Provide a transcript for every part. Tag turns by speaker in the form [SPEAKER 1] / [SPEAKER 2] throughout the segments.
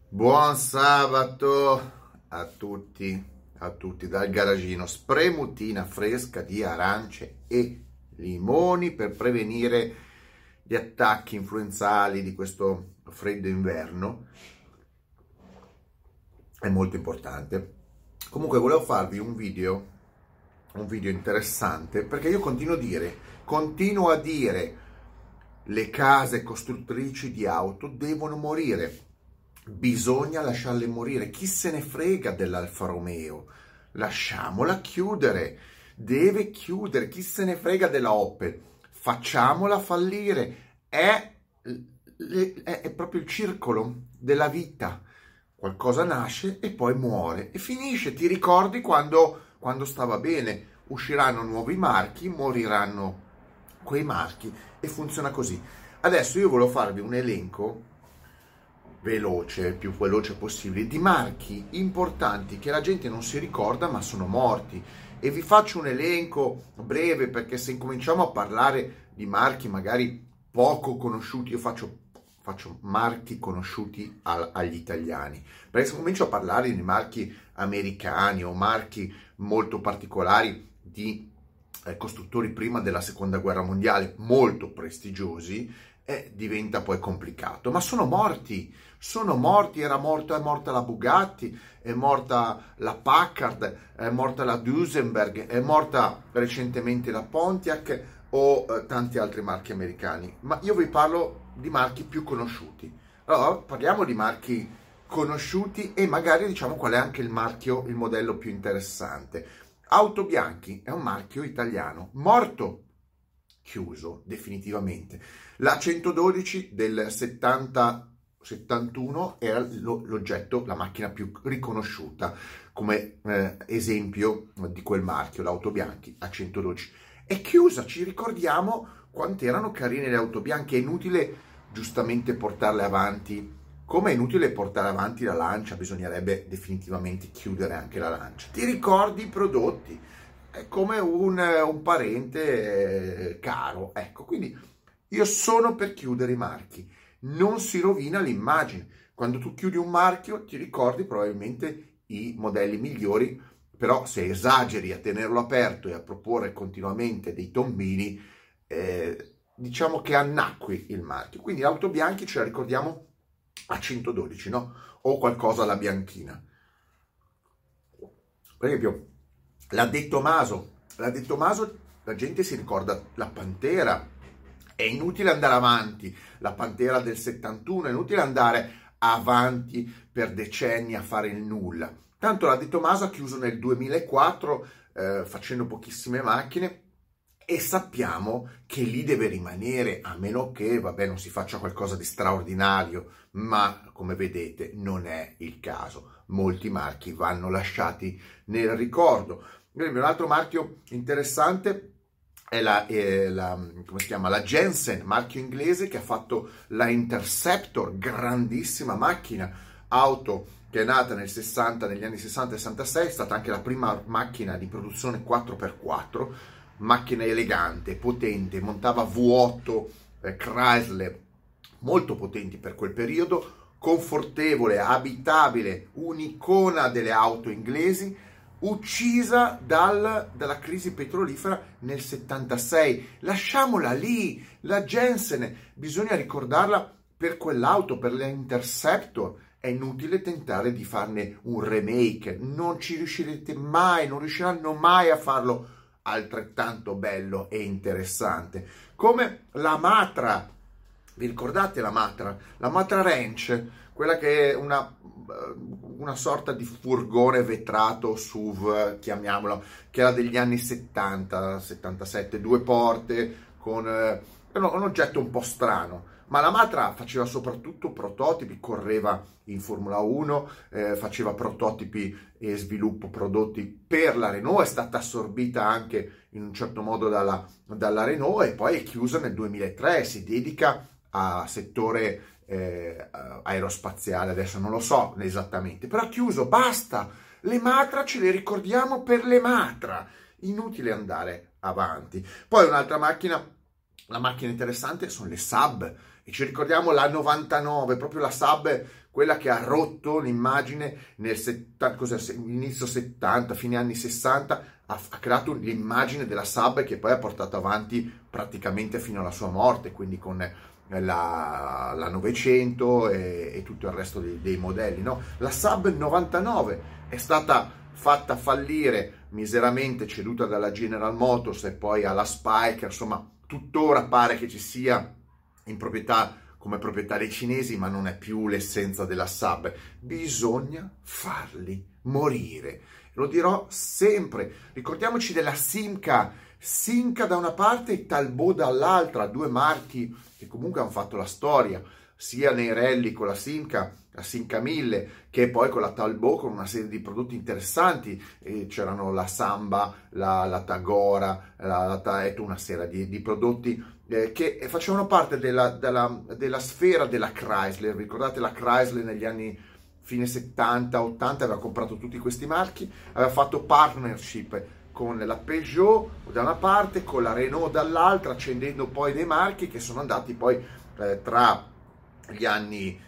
[SPEAKER 1] Buon sabato a tutti dal garagino. Spremutina fresca di arance e limoni per prevenire gli attacchi influenzali di questo freddo inverno. È molto importante. Comunque volevo farvi un video interessante perché io continuo a dire, le case costruttrici di auto devono morire. Bisogna lasciarle morire. Chi se ne frega dell'Alfa Romeo? Lasciamola chiudere. Deve chiudere. Chi se ne frega della Opel? Facciamola fallire. È proprio il circolo della vita. Qualcosa nasce e poi muore e finisce. Ti ricordi quando stava bene? Usciranno nuovi marchi, moriranno quei marchi e funziona così. Adesso io volevo farvi un elenco veloce, il più veloce possibile, di marchi importanti che la gente non si ricorda ma sono morti, e vi faccio un elenco breve perché se incominciamo a parlare di marchi magari poco conosciuti, io faccio marchi conosciuti agli italiani, perché se comincio a parlare di marchi americani o marchi molto particolari di costruttori prima della seconda guerra mondiale, molto prestigiosi, diventa poi complicato. Ma sono morti, è morta la Bugatti, è morta la Packard, è morta la Duesenberg, è morta recentemente la Pontiac o tanti altri marchi americani. Ma io vi parlo di marchi più conosciuti. Allora, parliamo di marchi conosciuti e magari diciamo qual è anche il marchio, il modello più interessante. Autobianchi è un marchio italiano, morto, chiuso definitivamente. La 112 del 70-71 era l'oggetto, la macchina più riconosciuta come esempio di quel marchio, l'Autobianchi a 112. È chiusa, ci ricordiamo quanto erano carine le auto bianche. È inutile giustamente portarle avanti, come è inutile portare avanti la Lancia, bisognerebbe definitivamente chiudere anche la Lancia. Ti ricordi i prodotti? È come un parente caro, ecco, quindi io sono per chiudere i marchi, non si rovina l'immagine. Quando tu chiudi un marchio ti ricordi probabilmente i modelli migliori, però se esageri a tenerlo aperto e a proporre continuamente dei tombini, diciamo che annacqui il marchio. Quindi Autobianchi ce la ricordiamo a 112, no? O qualcosa alla bianchina. Per esempio, la De Tomaso, la gente si ricorda la Pantera, è inutile andare avanti, la Pantera del 71, è inutile andare avanti per decenni a fare il nulla. Tanto la De Tomaso ha chiuso nel 2004 facendo pochissime macchine e sappiamo che lì deve rimanere, a meno che, vabbè, non si faccia qualcosa di straordinario, ma come vedete non è il caso. Molti marchi vanno lasciati nel ricordo. Un altro marchio interessante è come si chiama? La Jensen, marchio inglese, che ha fatto la Interceptor, grandissima macchina, auto che è nata negli anni 60 e 66, è stata anche la prima macchina di produzione 4x4, macchina elegante, potente, montava V8, Chrysler, molto potenti per quel periodo, confortevole, abitabile, un'icona delle auto inglesi, uccisa dalla crisi petrolifera nel 76. Lasciamola lì, la Jensen, bisogna ricordarla per quell'auto, per la Interceptor. È inutile tentare di farne un remake, non ci riuscirete mai, non riusciranno mai a farlo altrettanto bello e interessante. Come la Matra, vi ricordate la Matra? La Matra Ranch, quella che è una sorta di furgone vetrato SUV, chiamiamola, che era degli anni 70, 77, due porte, con un oggetto un po' strano. Ma la Matra faceva soprattutto prototipi, correva in Formula 1, faceva prototipi e sviluppo prodotti per la Renault, è stata assorbita anche in un certo modo dalla Renault e poi è chiusa nel 2003, si dedica a settore aerospaziale, adesso non lo so esattamente, però ha chiuso, basta, le Matra ce le ricordiamo per le Matra, inutile andare avanti. Poi un'altra macchina, la macchina interessante sono le Saab, E ci ricordiamo la 99, proprio la Saab, quella che ha rotto l'immagine inizio 70, fine anni 60, ha creato l'immagine della Saab che poi ha portato avanti praticamente fino alla sua morte, quindi con la 900 e tutto il resto dei modelli, no? La Saab 99 è stata fatta fallire miseramente, ceduta dalla General Motors e poi alla Spyker, insomma tuttora pare che ci sia in proprietà come proprietà dei cinesi, ma non è più l'essenza della Saab. Bisogna farli morire, lo dirò sempre. Ricordiamoci della Simca da una parte e Talbot dall'altra, due marchi che comunque hanno fatto la storia, sia nei rally con la Simca 1000, che poi con la Talbot, con una serie di prodotti interessanti. C'erano la Samba, la Tagora, una serie di prodotti che facevano parte della sfera della Chrysler. Ricordate la Chrysler negli anni fine 70-80 aveva comprato tutti questi marchi, aveva fatto partnership con la Peugeot da una parte, con la Renault dall'altra, accendendo poi dei marchi che sono andati poi tra gli anni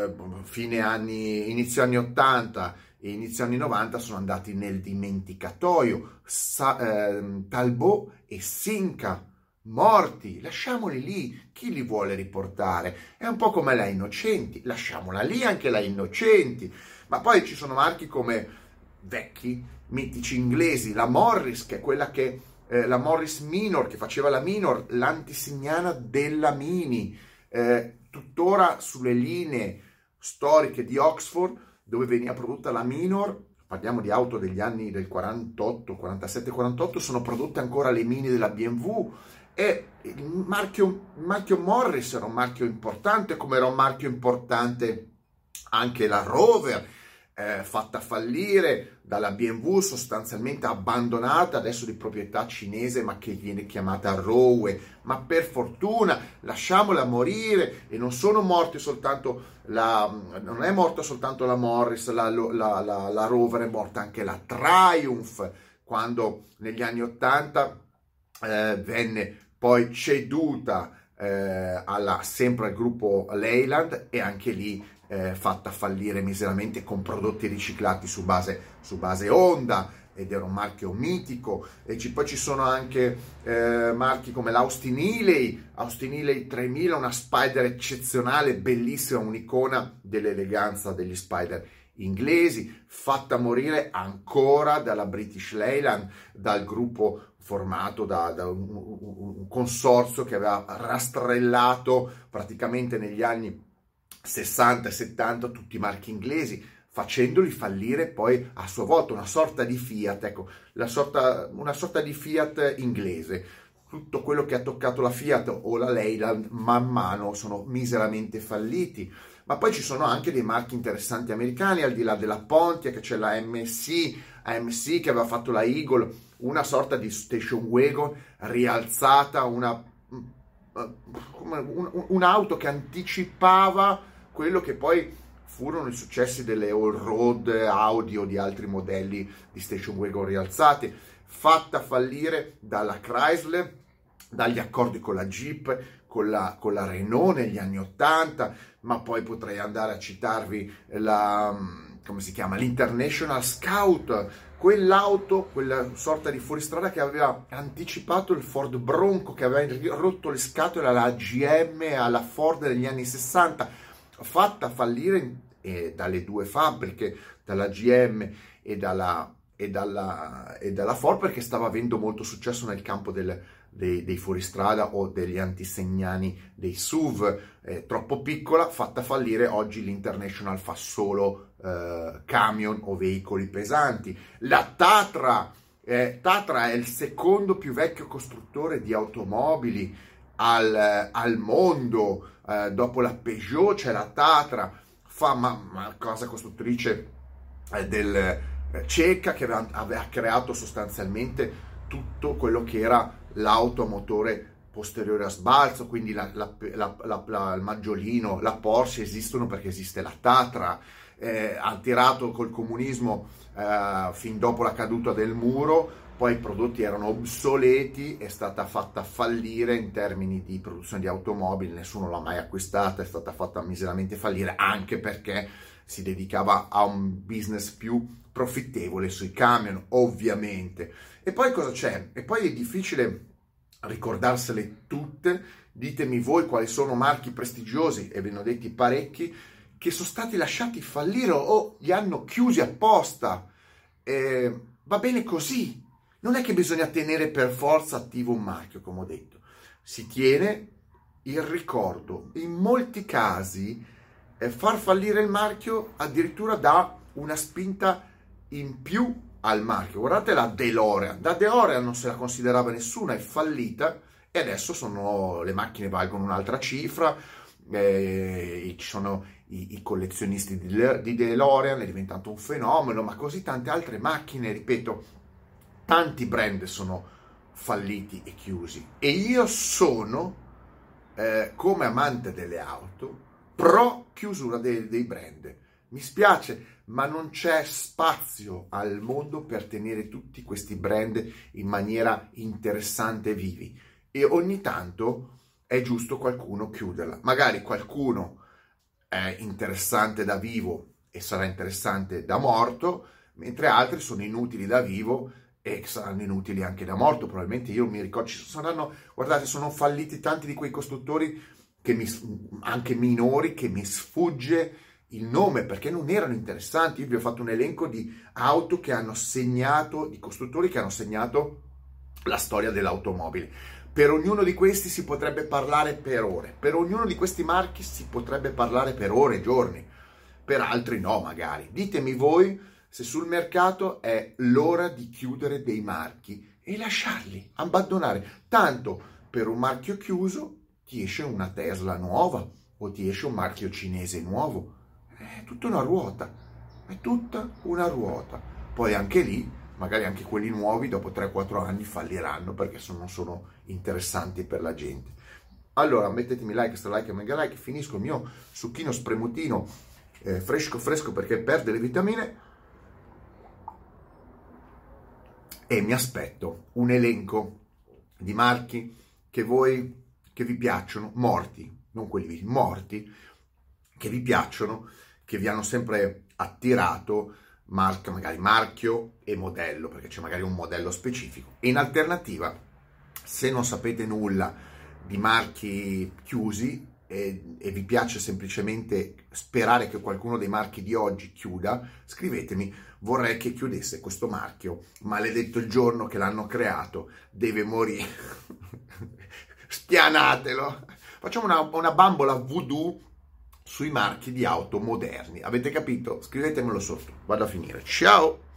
[SPEAKER 1] inizio anni 80 e inizio anni 90 sono andati nel dimenticatoio. Talbot e Simca morti, lasciamoli lì, chi li vuole riportare? È un po' come la Innocenti, lasciamola lì anche la Innocenti. Ma poi ci sono marchi come vecchi, mitici inglesi, la Morris, che è quella che la Morris Minor, che faceva la Minor, l'antesignana della Mini, tuttora sulle linee storiche di Oxford, dove veniva prodotta la Minor. Parliamo di auto degli anni del 48, 47, 48, sono prodotte ancora le Mini della BMW, e il marchio Morris era un marchio importante, come era un marchio importante anche la Rover, fatta fallire dalla BMW, sostanzialmente abbandonata, adesso di proprietà cinese, ma che viene chiamata Rowe. Ma per fortuna lasciamola morire, e non sono morti soltanto non è morta soltanto la Morris, la Rover, è morta anche la Triumph, quando negli anni 80 venne poi ceduta sempre al gruppo Leyland, e anche lì fatta fallire miseramente con prodotti riciclati su base Honda, ed era un marchio mitico. E poi ci sono anche marchi come l'Austin Healey 3000, una Spider eccezionale, bellissima, un'icona dell'eleganza degli Spider inglesi, fatta morire ancora dalla British Leyland, dal gruppo formato da un consorzio che aveva rastrellato praticamente negli anni 60 e 70 tutti i marchi inglesi, facendoli fallire poi a sua volta, una sorta di Fiat, ecco, una sorta di Fiat inglese. Tutto quello che ha toccato la Fiat o la Leyland man mano sono miseramente falliti. Ma poi ci sono anche dei marchi interessanti americani, al di là della Pontiac, c'è la AMC che aveva fatto la Eagle, una sorta di station wagon rialzata, un'auto che anticipava quello che poi furono i successi delle All-Road, Audi o di altri modelli di station wagon rialzati, fatta fallire dalla Chrysler, dagli accordi con la Jeep, con la Renault negli anni 80, ma poi potrei andare a citarvi l'International Scout, quell'auto, quella sorta di fuoristrada che aveva anticipato il Ford Bronco, che aveva rotto le scatole alla GM e alla Ford negli anni 60, fatta fallire dalle due fabbriche, dalla GM e dalla Ford, perché stava avendo molto successo nel campo dei fuoristrada o degli antisegnani dei SUV. Troppo piccola, fatta fallire. Oggi l'International fa solo camion o veicoli pesanti. La Tatra è il secondo più vecchio costruttore di automobili al mondo, dopo la Peugeot c'è la Tatra, ma cosa costruttrice ceca, che aveva creato sostanzialmente tutto quello che era l'auto a motore posteriore a sbalzo, quindi il maggiolino, la Porsche esistono perché esiste la Tatra. Ha tirato col comunismo fin dopo la caduta del muro, poi i prodotti erano obsoleti, è stata fatta fallire in termini di produzione di automobili, nessuno l'ha mai acquistata, è stata fatta miseramente fallire, anche perché si dedicava a un business più profittevole sui camion, ovviamente. E poi cosa c'è? E poi è difficile ricordarsele tutte. Ditemi voi quali sono marchi prestigiosi, e ve ne ho detti parecchi, che sono stati lasciati fallire o li hanno chiusi apposta. Va bene così. Non è che bisogna tenere per forza attivo un marchio, come ho detto. Si tiene il ricordo. In molti casi far fallire il marchio addirittura dà una spinta in più al marchio. Guardate la DeLorean. Da DeLorean non se la considerava nessuna, è fallita e adesso le macchine valgono un'altra cifra. Ci sono i collezionisti di DeLorean, è diventato un fenomeno, ma così tante altre macchine, ripeto. Tanti brand sono falliti e chiusi e io sono, come amante delle auto, pro chiusura dei brand. Mi spiace, ma non c'è spazio al mondo per tenere tutti questi brand in maniera interessante e vivi. E ogni tanto è giusto qualcuno chiuderla. Magari qualcuno è interessante da vivo e sarà interessante da morto, mentre altri sono inutili da vivo e saranno inutili anche da morto. Probabilmente io mi ricordo, guardate, sono falliti tanti di quei costruttori anche minori, che mi sfugge il nome perché non erano interessanti. Io vi ho fatto un elenco di auto che hanno segnato, di costruttori che hanno segnato la storia dell'automobile. Per ognuno di questi si potrebbe parlare per ore, per ognuno di questi marchi si potrebbe parlare per ore e giorni, per altri no magari. Ditemi voi se sul mercato è l'ora di chiudere dei marchi e lasciarli, abbandonare. Tanto per un marchio chiuso ti esce una Tesla nuova o ti esce un marchio cinese nuovo. È tutta una ruota, è tutta una ruota. Poi anche lì, magari anche quelli nuovi dopo 3-4 anni falliranno perché non sono interessanti per la gente. Allora mettetemi like, stralike e mega like, finisco il mio succhino spremutino fresco perché perde le vitamine. E mi aspetto un elenco di marchi che vi piacciono, morti, non quelli vivi, morti, che vi piacciono, che vi hanno sempre attirato, magari marchio e modello, perché c'è magari un modello specifico. E in alternativa, se non sapete nulla di marchi chiusi e vi piace semplicemente sperare che qualcuno dei marchi di oggi chiuda, scrivetemi: vorrei che chiudesse questo marchio, maledetto il giorno che l'hanno creato, deve morire. Spianatelo. Facciamo una bambola voodoo sui marchi di auto moderni. Avete capito? Scrivetemelo sotto. Vado a finire. Ciao!